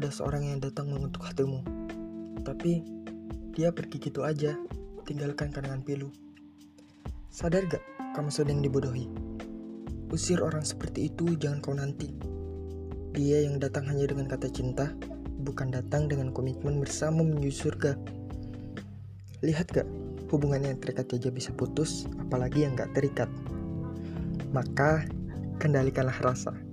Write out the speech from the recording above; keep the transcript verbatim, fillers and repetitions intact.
ada seorang yang datang mengutuk hatimu, tapi dia pergi gitu aja, tinggalkan kenangan pilu. Sadar gak kamu sedang dibodohi? Usir orang seperti itu, jangan kau nanti. Dia yang datang hanya dengan kata cinta, bukan datang dengan komitmen bersama menuju surga. Lihat gak, hubungan yang terikat aja bisa putus, apalagi yang gak terikat. Maka kendalikanlah rasa.